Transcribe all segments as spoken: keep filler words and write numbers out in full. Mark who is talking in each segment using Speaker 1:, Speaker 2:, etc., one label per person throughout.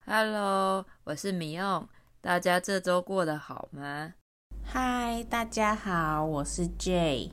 Speaker 1: Hello，我是米用，大家这周过得好吗？
Speaker 2: 嗨，大家好，我是 J。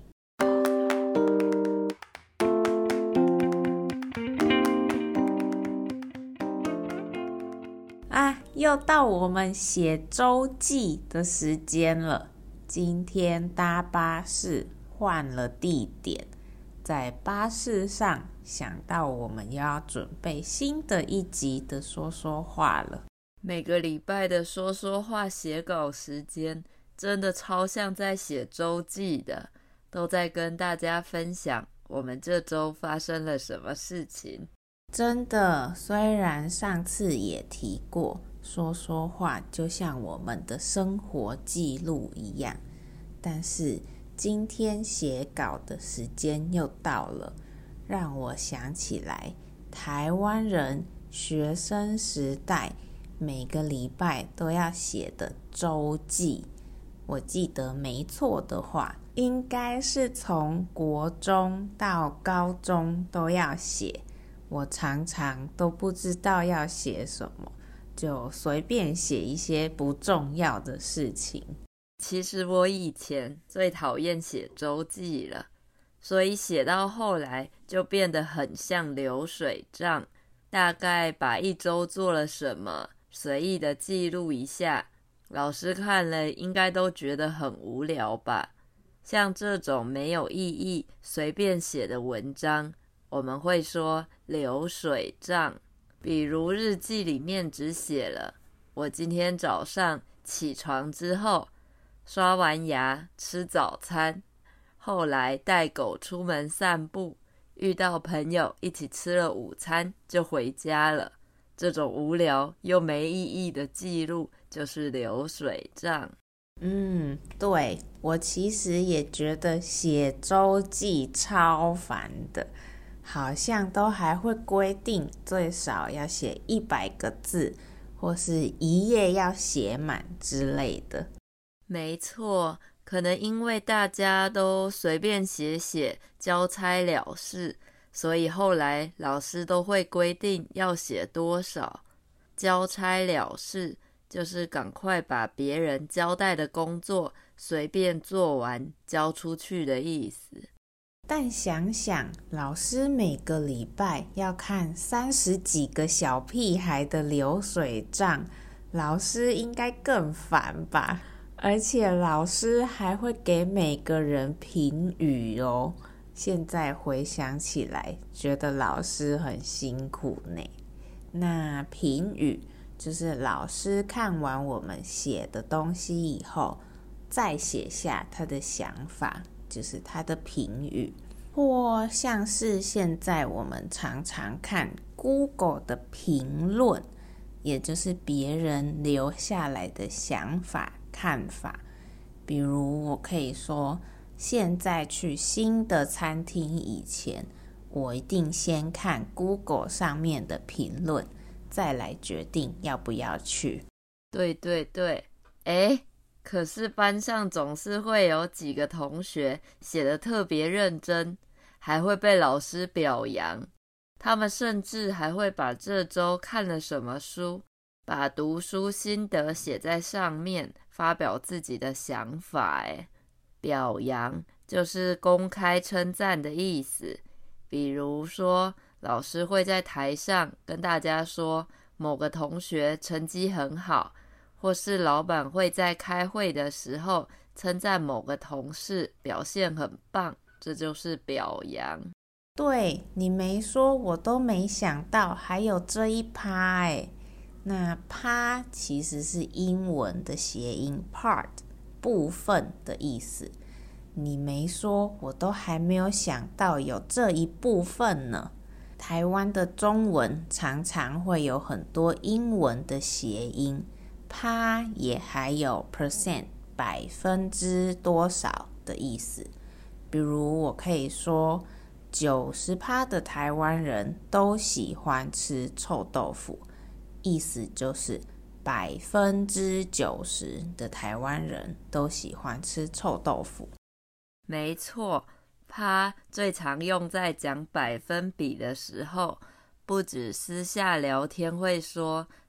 Speaker 2: 啊，又到我们写周记的时间了。今天搭巴士换了地点，在巴士上想到我们要准备新的一集的说说话了。
Speaker 1: 每个礼拜的说说话写稿时间真的超像在写周记的，都在跟大家分享我们这周发生了什么事情。
Speaker 2: 真的，虽然上次也提过，说说话就像我们的生活记录一样，但是今天写稿的时间又到了，让我想起来台湾人学生时代每个礼拜都要写的周记。我记得没错的话，应该是从国中到高中都要写。我常常都不知道要写什么，就随便写一些不重要的事情。
Speaker 1: 其实我以前最讨厌写周记了，所以写到后来就变得很像流水账，大概把一周做了什么随意的记录一下，老师看了应该都觉得很无聊吧。像这种没有意义随便写的文章，我们会说流水账。比如日记里面只写了我今天早上起床之后刷完牙吃早餐，后来带狗出门散步，遇到朋友一起吃了午餐就回家了。这种无聊又没意义的记录就是流水账。
Speaker 2: 嗯，对，我其实也觉得写周记超烦的，好像都还会规定最少要写一百个字，或是一页要写满之类的。
Speaker 1: 没错，可能因为大家都随便写写，交差了事，所以后来老师都会规定要写多少。交差了事就是赶快把别人交代的工作随便做完交出去的意思。
Speaker 2: 但想想老师每个礼拜要看三十几个小屁孩的流水账，老师应该更烦吧。而且老师还会给每个人评语哦，现在回想起来觉得老师很辛苦呢。那评语就是老师看完我们写的东西以后，再写下他的想法，就是他的评语。或像是现在我们常常看 Google 的评论，也就是别人留下来的想法看法。比如我可以说，现在去新的餐厅以前，我一定先看 Google 上面的评论，再来决定要不要去。
Speaker 1: 对对对，诶，可是班上总是会有几个同学写得特别认真，还会被老师表扬。他们甚至还会把这周看了什么书，把读书心得写在上面，发表自己的想法。诶，表扬就是公开称赞的意思。比如说，老师会在台上跟大家说某个同学成绩很好，或是老板会在开会的时候称赞某个同事表现很棒，这就是表扬。
Speaker 2: 对，你没说我都没想到还有这一趴诶。那趴其实是英文的谐音 part， 部分的意思。你没说我都还没有想到有这一部分呢。台湾的中文常常会有很多英文的谐音，趴也还有 percent 百分之多少的意思。比如我可以说百分之九十的台湾人都喜欢吃臭豆腐，意思就是百分之九十的台湾人都喜欢吃臭豆腐。
Speaker 1: 没错，趴最常用在讲百分比的时候，不止私下聊天会说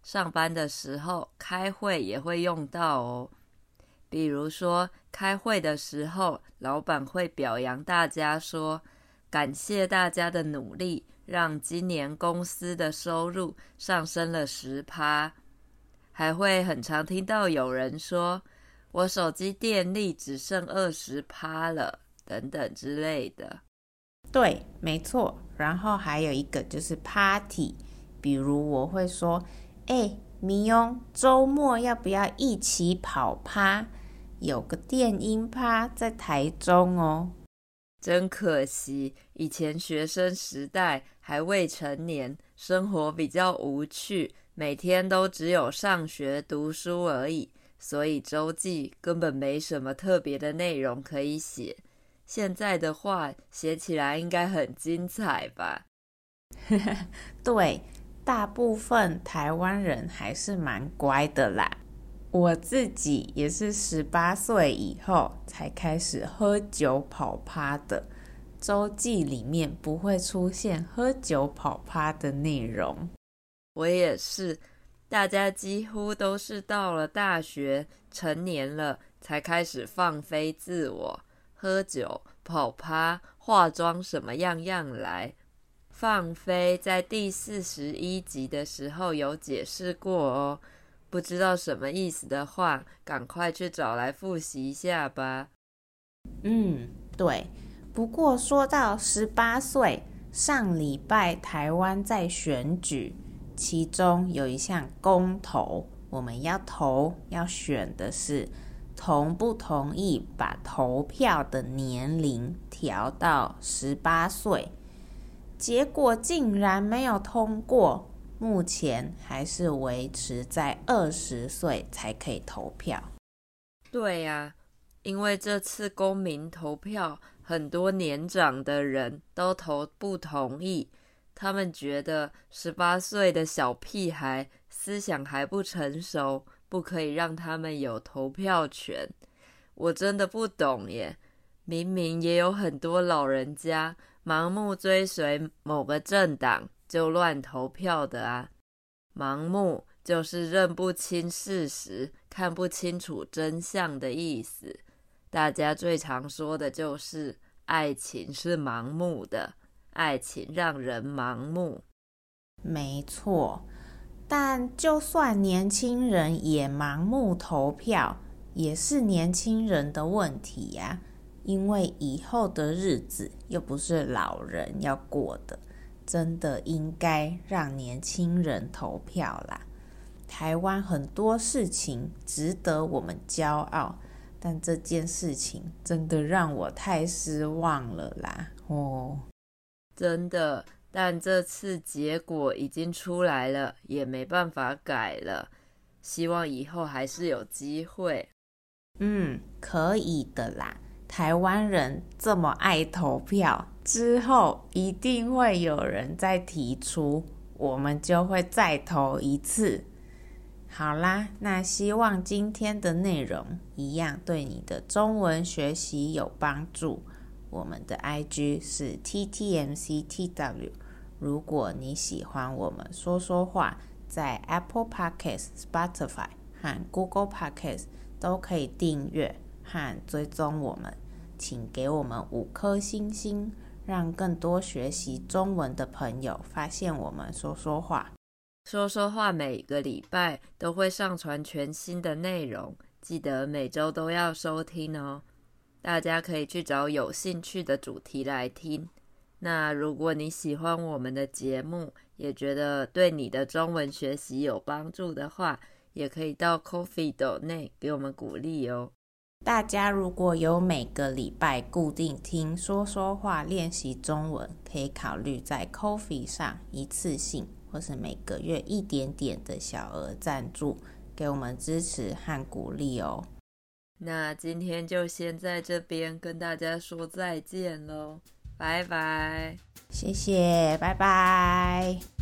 Speaker 1: 上班的时候开会也会用到哦。比如说开会的时候，老板会表扬大家说，感谢大家的努力，让今年公司的收入上升了 百分之十。 还会很常听到有人说，我手机电力只剩 百分之二十 了，等等之类的。
Speaker 2: 对，没错。然后还有一个就是 party， 比如我会说，哎，迷翁，周末要不要一起跑趴？有个电音趴在台中哦。
Speaker 1: 真可惜，以前学生时代还未成年，生活比较无趣，每天都只有上学读书而已，所以周记根本没什么特别的内容可以写。现在的话，写起来应该很精彩吧？
Speaker 2: 对，大部分台湾人还是蛮乖的啦。我自己也是十八岁以后才开始喝酒跑趴的，周记里面不会出现喝酒跑趴的内容。
Speaker 1: 我也是，大家几乎都是到了大学成年了才开始放飞自我，喝酒跑趴化妆什么样样来。放飞在第四十一集的时候有解释过哦，不知道什么意思的话，赶快去找来复习一下吧。
Speaker 2: 嗯，对。不过说到十八岁，上礼拜台湾在选举，其中有一项公投，我们要投要选的是同不同意把投票的年龄调到十八岁。结果竟然没有通过，目前还是维持在二十岁才可以投票。
Speaker 1: 对呀、啊，因为这次公民投票，很多年长的人都投不同意，他们觉得十八岁的小屁孩思想还不成熟，不可以让他们有投票权。我真的不懂耶，明明也有很多老人家盲目追随某个政党就乱投票的啊。盲目就是认不清事实，看不清楚真相的意思。大家最常说的就是爱情是盲目的，爱情让人盲目。
Speaker 2: 没错，但就算年轻人也盲目投票，也是年轻人的问题呀、啊。因为以后的日子又不是老人要过的，真的应该让年轻人投票啦。台湾很多事情值得我们骄傲，但这件事情真的让我太失望了啦。哦，
Speaker 1: 真的，但这次结果已经出来了，也没办法改了。希望以后还是有机会。
Speaker 2: 嗯，可以的啦。台湾人这么爱投票，之后一定会有人再提出，我们就会再投一次。好啦，那希望今天的内容一样对你的中文学习有帮助。我们的 I G 是 T T M C T W， 如果你喜欢我们说说话，在 Apple Podcast、Spotify 和 Google Podcast 都可以订阅和追踪我们，请给我们五颗星星，让更多学习中文的朋友发现我们说说话。
Speaker 1: 说说话每个礼拜都会上传全新的内容，记得每周都要收听哦。大家可以去找有兴趣的主题来听。那如果你喜欢我们的节目，也觉得对你的中文学习有帮助的话，也可以到 Ko-fi 斗内给我们鼓励哦。
Speaker 2: 大家如果有每个礼拜固定听说说话练习中文，可以考虑在 Ko-fi 上一次性或是每个月一点点的小额赞助，给我们支持和鼓励哦。
Speaker 1: 那今天就先在这边跟大家说再见咯，拜拜。
Speaker 2: 谢谢，拜拜。